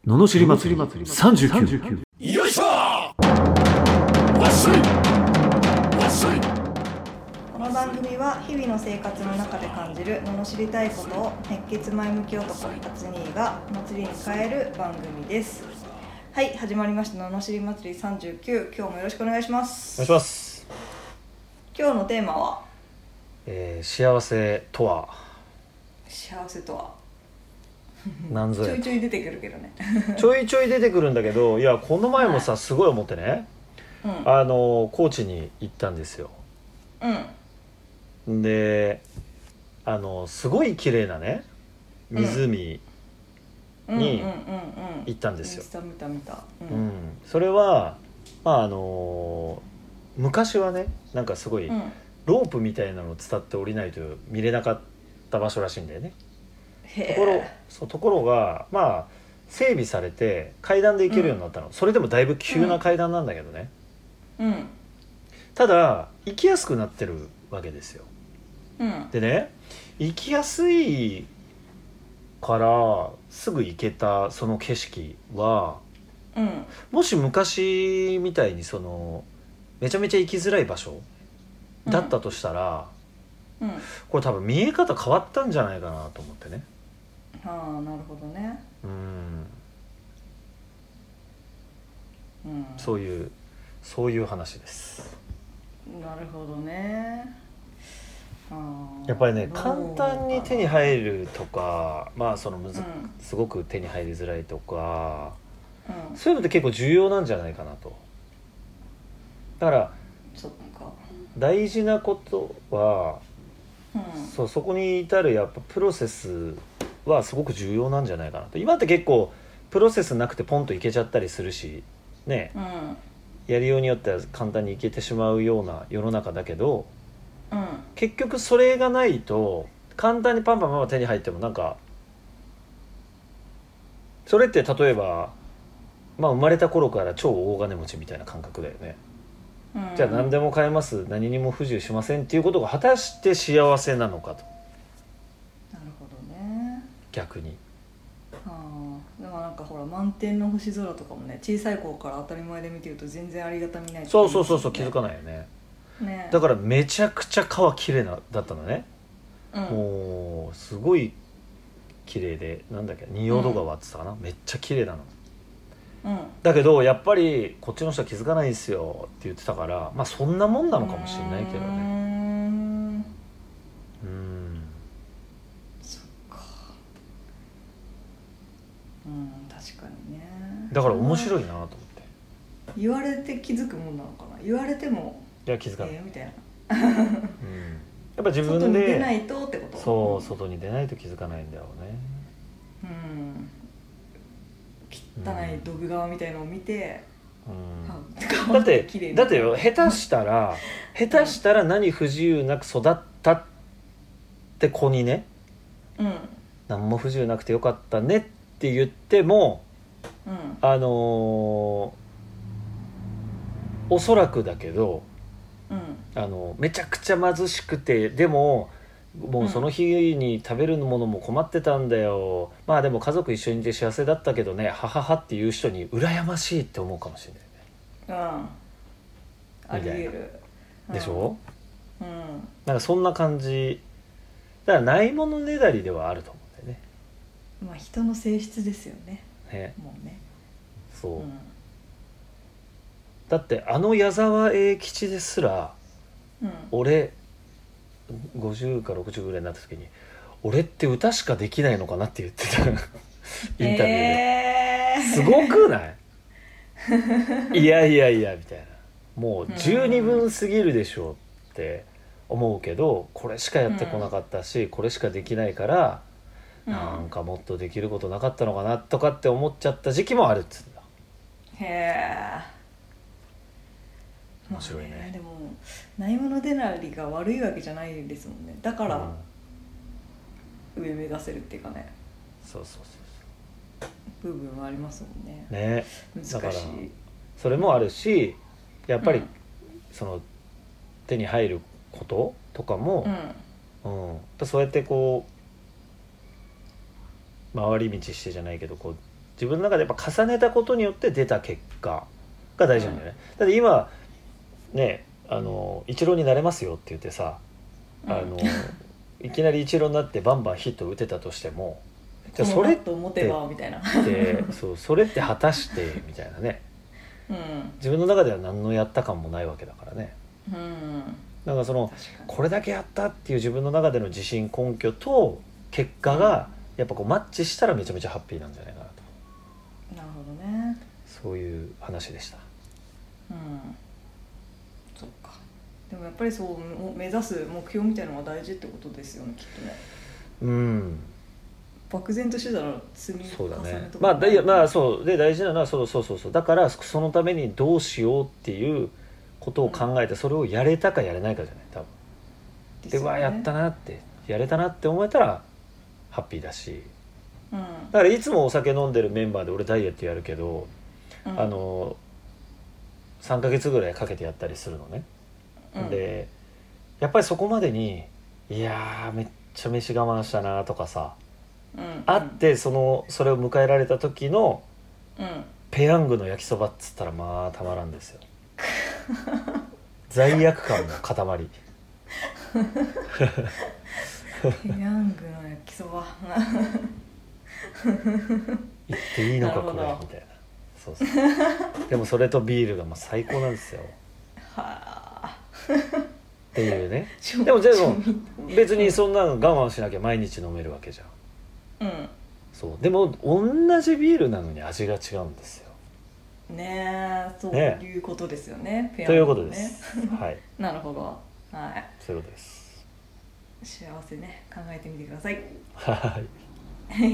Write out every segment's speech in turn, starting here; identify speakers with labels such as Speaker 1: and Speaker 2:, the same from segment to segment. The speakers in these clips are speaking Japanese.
Speaker 1: ののしり祭り39。
Speaker 2: よいしょわっしょいわっしょい。
Speaker 3: この番組は日々の生活の中で感じる罵りたいことを熱血前向き男アツニーが祭りに変える番組です。はい、始まりました罵り祭り39。今日もよろしくお願いします。
Speaker 4: お願いします。
Speaker 3: 今日のテーマは、
Speaker 4: 幸せとは
Speaker 3: 幸せとは
Speaker 4: 何ぞや。
Speaker 3: ちょいちょい出てくるけどね
Speaker 4: ちょいちょい出てくるんだけど、いやこの前もさ、すごい思ってね、高知に行ったんですよ。で、すごい綺麗なね湖に行ったんですよ。
Speaker 3: 見た、
Speaker 4: それは、昔はね、なんかすごいロープみたいなのを伝って降りないと見れなかった場所らしいんだよね。ところが整備されて階段で行けるようになったの。それでもだいぶ急な階段なんだけどね、ただ行きやすくなってるわけですよ。でね、行きやすいからすぐ行けたその景色は、もし昔みたいにそのめちゃめちゃ行きづらい場所だったとしたら、これ多分見え方変わったんじゃないかなと思ってね。
Speaker 3: なるほどね。
Speaker 4: そういう話です。
Speaker 3: なるほどね。
Speaker 4: やっぱりね、簡単に手に入るとか、すごく手に入りづらいとか、そういうのって結構重要なんじゃないかなと。だから大事なことは、そこに至るやっぱプロセスはすごく重要なんじゃないかなと。今って結構プロセスなくてポンといけちゃったりするしね、やりようによっては簡単にいけてしまうような世の中だけど、結局それがないと簡単にパンパン手に入ってもなんか、それって例えば、生まれた頃から超大金持ちみたいな感覚だよね。じゃあ何でも買えます、何にも不自由しませんっていうことが果たして幸せなのかと。
Speaker 3: なるほどね。
Speaker 4: 逆に
Speaker 3: でもなんかほら、満天の星空とかもね、小さい頃から当たり前で見てると全然ありがたみない、
Speaker 4: そう気づかないよね。だからめちゃくちゃ川綺麗だったのね、もうすごい綺麗で、なんだっけ、仁淀川って言ったかな、めっちゃ綺麗なの。だけどやっぱりこっちの人は気づかないんですよって言ってたから、そんなもんなのかもしれないけどね。
Speaker 3: そっか。確かにね。
Speaker 4: だから面白いなと思って。
Speaker 3: 言われて気づくもんなのかな。言われても
Speaker 4: いや気づかない、
Speaker 3: みたいな
Speaker 4: やっぱ自分で
Speaker 3: 外に出ないとってこと。
Speaker 4: そう、外に出ないと気づかないんだろうね。
Speaker 3: 汚いドブ川みたいのを見て、
Speaker 4: だってよ、下手したら何不自由なく育ったって子にね、何も不自由なくてよかったねって言っても、おそらくだけど、めちゃくちゃ貧しくて、でももうその日に食べるものも困ってたんだよ、でも家族一緒にいて幸せだったけどね、はははっていう人に羨ましいって思うかもしれないね。
Speaker 3: あり得る
Speaker 4: でしょ。なんかそんな感じだから、ないものねだりではあると思うんだよね。
Speaker 3: 人の性質ですよね。もうね。
Speaker 4: そう、だって矢沢永吉ですら、俺50か60ぐらいになった時に、俺って歌しかできないのかなって言ってたインタビューで、すごくないいやみたいな、もう十二分すぎるでしょうって思うけど、これしかやってこなかったし、これしかできないから、なんかもっとできることなかったのかなとかって思っちゃった時期もあるっつってた。面白いね。
Speaker 3: でもないものでなりが悪いわけじゃないですもんね。だから、上目指せるっていうかね。
Speaker 4: そう
Speaker 3: 部分はありますもん
Speaker 4: ね。
Speaker 3: 難しい。
Speaker 4: だからそれもあるし、やっぱり、その手に入ることとかも、そうやってこう回り道してじゃないけど、こう自分の中でやっぱ重ねたことによって出た結果が大事なんだよね、だって今ねイチローになれますよって言ってさ、いきなりイチローになってバンバンヒット打てたとしても、
Speaker 3: じゃあそれって持てばみたいな
Speaker 4: それって果たしてみたいなね、自分の中では何のやった感もないわけだからね、だからこれだけやったっていう自分の中での自信根拠と結果がやっぱこうマッチしたらめちゃめちゃハッピーなんじゃないかなと。
Speaker 3: なるほどね。
Speaker 4: そういう話でした。
Speaker 3: そっか。でもやっぱりそう目指す目標みたいなのが大事ってことですよね、きっとね。漠然としてたら積み重ねとか、
Speaker 4: そうだね。まあそうで大事なのはそうだからそのためにどうしようっていうことを考えて、それをやれたかやれないかじゃない多分。でわやったなってやれたなって思えたらハッピーだし、だからいつもお酒飲んでるメンバーで俺ダイエットやるけど、3ヶ月ぐらいかけてやったりするのね、でやっぱりそこまでにいやーめっちゃ飯我慢したなとかさ、あってそれを迎えられた時の、ペヤングの焼きそばっつったらまあたまらんですよ罪悪感の塊
Speaker 3: ペヤングの焼きそば
Speaker 4: 言っていいのかこれみたいな。そうでもそれとビールがまあ最高なんですよっていうね。でも別にそんなの我慢しなきゃ毎日飲めるわけじゃん。そうでも同じビールなのに味が違うんですよ
Speaker 3: ね。そういうことですよね。
Speaker 4: ということです。はい
Speaker 3: なるほど。はい。
Speaker 4: そういうことです。
Speaker 3: 幸せね考えてみてください。
Speaker 4: はい。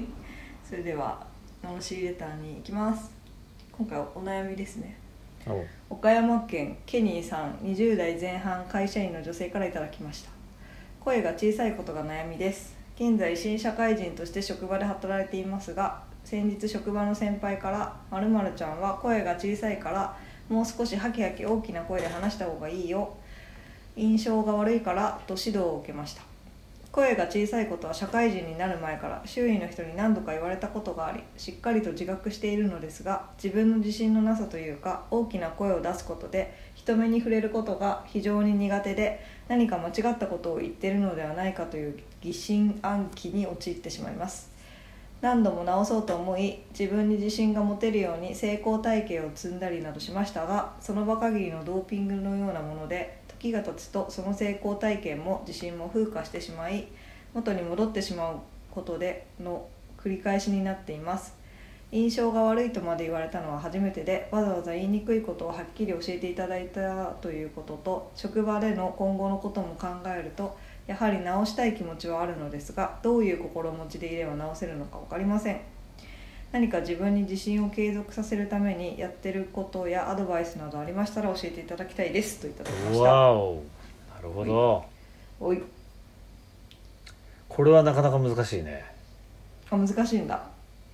Speaker 3: それではののしりレターに行きます。今回はお悩みですね。岡山県ケニーさん、20代前半会社員の女性からいただきました。声が小さいことが悩みです。現在新社会人として職場で働いていますが、先日職場の先輩から〇〇ちゃんは声が小さいからもう少しハキハキ大きな声で話した方がいいよ、印象が悪いからと指導を受けました。声が小さいことは社会人になる前から周囲の人に何度か言われたことがあり、しっかりと自覚しているのですが、自分の自信のなさというか大きな声を出すことで人目に触れることが非常に苦手で、何か間違ったことを言っているのではないかという疑心暗鬼に陥ってしまいます。何度も直そうと思い、自分に自信が持てるように成功体系を積んだりなどしましたが、その場限りのドーピングのようなもので、時が経つとその成功体験も自信も風化してしまい、元に戻ってしまうことでの繰り返しになっています。印象が悪いとまで言われたのは初めてで、わざわざ言いにくいことをはっきり教えていただいたということと、職場での今後のことも考えるとやはり直したい気持ちはあるのですが、どういう心持ちでいれば直せるのか分かりません。何か自分に自信を継続させるためにやってることやアドバイスなどありましたら教えていただきたいですといただきました。
Speaker 4: わお、なるほど。
Speaker 3: おい、
Speaker 4: これはなかなか難しいね。
Speaker 3: 難しいんだ。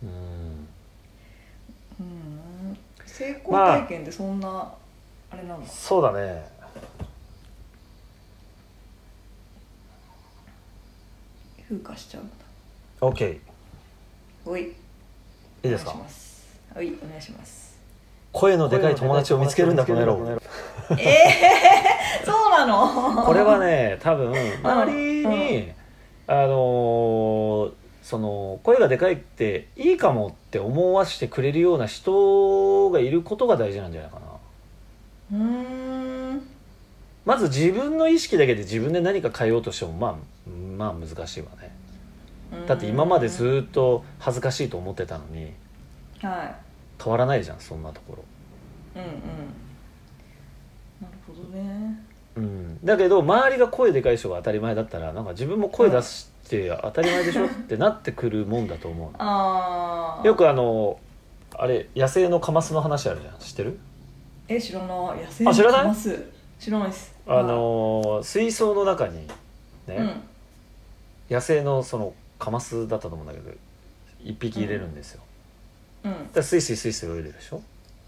Speaker 3: 成功体験ってそんな、あれなんだ。
Speaker 4: そうだね。
Speaker 3: 風化しちゃうんだ。
Speaker 4: OK。
Speaker 3: おい、
Speaker 4: いいですか。
Speaker 3: おい、お願いします。
Speaker 4: 声のでかい友達を見つけるんだこの野郎。
Speaker 3: そうなの。
Speaker 4: これはね、多分周りに、その声がでかいっていいかもって思わせてくれるような人がいることが大事なんじゃないかな。まず自分の意識だけで自分で何か変えようとしてもまあ難しいわね。だって今までずっと恥ずかしいと思ってたのに、変わらないじゃん、そんなところ。
Speaker 3: なるほどね。
Speaker 4: だけど周りが声でかい人が当たり前だったら、なんか自分も声出して当たり前でしょってなってくるもんだと思う。よくあれ野生のカマスの話あるじゃん、知ってる？
Speaker 3: 知らない。野生のカマス知らないです。
Speaker 4: 水槽の中にね、野生のそのカマスだったと思うんだけど1匹入れるんですよ。でスイスイスイスイ泳いでるでしょ。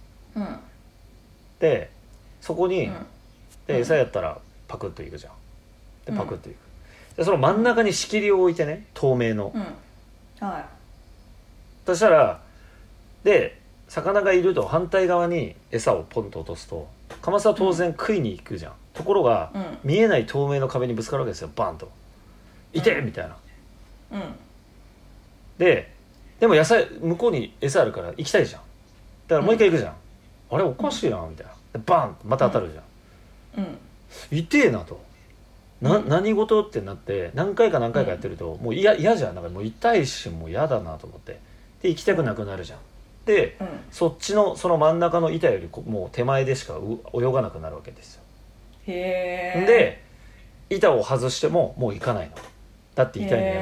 Speaker 4: でそこに、で餌やったらパクッといくじゃん。でパクッといく。でその真ん中に仕切りを置いてね、透明の。そしたらで魚がいると反対側に餌をポンと落とすとカマスは当然食いに行くじゃん、ところが、見えない透明の壁にぶつかるわけですよ、バンといて、みたいな。でも野菜向こうに餌あるから行きたいじゃん。だからもう一回行くじゃん、あれおかしいなみたいな。でバンまた当たるじゃん、痛えなと、何事ってなって何回かやってると、もう嫌じゃん。なんかもう痛いしもう嫌だなと思ってで行きたくなくなるじゃん。で、そっちのその真ん中の板よりもう手前でしか泳がなくなるわけですよ。
Speaker 3: へえ。
Speaker 4: で板を外してももう行かないの。だって痛いの嫌だから。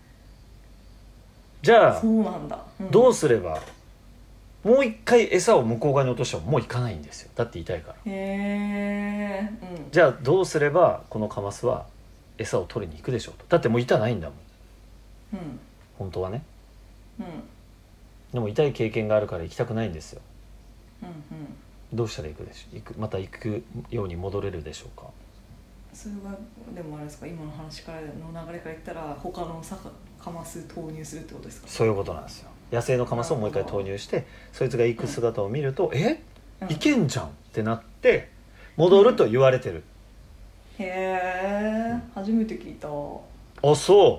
Speaker 4: じゃあ
Speaker 3: そうなんだ、
Speaker 4: どうすればもう一回餌を向こう側に落としてももう行かないんですよ。だって痛いから。じゃあどうすればこのカマスは餌を取りに行くでしょうと。だってもう痛ないんだもん、本当はね。でも痛い経験があるから行きたくないんですよ。どうしたらまた行くように戻れるでしょうか。
Speaker 3: それはでもあれですか、今の話からの流れから言ったら他のカマス投入するってことですか。
Speaker 4: そういうことなんですよ。野生のカマスをもう一回投入してそいつが行く姿を見ると、いけんじゃんってなって戻ると言われてる。
Speaker 3: へえ、初めて聞いた。
Speaker 4: あ、そう、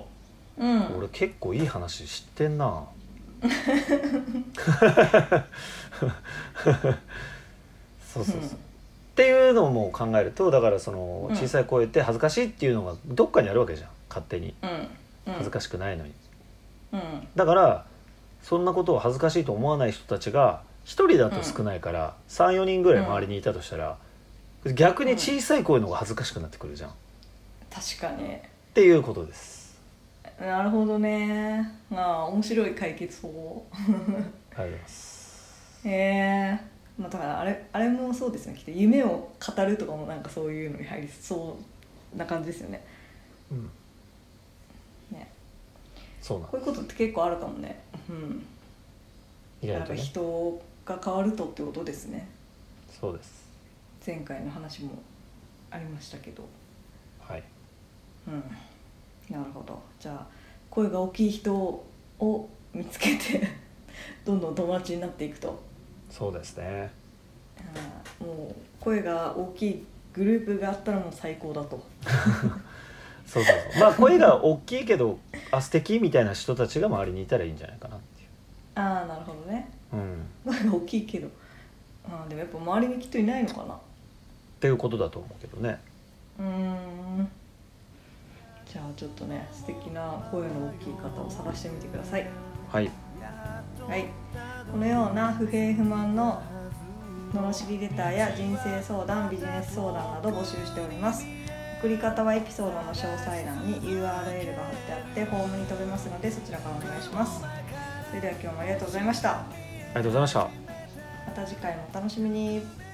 Speaker 4: 俺結構いい話知ってんなそう、っていうのも考えると、だからその小さい声って恥ずかしいっていうのがどっかにあるわけじゃん、勝手に、恥ずかしくないのに、だからそんなことを恥ずかしいと思わない人たちが1人だと少ないから、3、4人ぐらい周りにいたとしたら、逆に小さい声の方が恥ずかしくなってくるじゃん。
Speaker 3: 確かに
Speaker 4: っていうことです。
Speaker 3: なるほどね。面白い解決法
Speaker 4: ありがとうございます。
Speaker 3: だからあれもそうですね、きっと夢を語るとかもなんかそういうのに入りそうな感じですよね。
Speaker 4: そうなん。
Speaker 3: こういうことって結構あるかもね。
Speaker 4: 意外とね。
Speaker 3: 人が変わるとってことですね。
Speaker 4: そうです。
Speaker 3: 前回の話もありましたけど。
Speaker 4: はい。
Speaker 3: なるほど。じゃあ声が大きい人を見つけてどんどん友達になっていくと。
Speaker 4: そうですね。
Speaker 3: もう声が大きいグループがあったらもう最高だと
Speaker 4: そうまあ声が大きいけど素敵みたいな人たちが周りにいたらいいんじゃないかなっていう。
Speaker 3: なるほどね。声が大きいけどでもやっぱ周りにきっといないのかな
Speaker 4: っていうことだと思うけどね。
Speaker 3: じゃあちょっとね、素敵な声の大きい方を探してみてください。
Speaker 4: はい、
Speaker 3: このような不平不満の罵りレターや人生相談、ビジネス相談など募集しております。送り方はエピソードの詳細欄に URL が貼ってあってフォームに飛べますので、そちらからお願いします。それでは今日もありがとうございました。
Speaker 4: ありがとうございました。
Speaker 3: また次回もお楽しみに。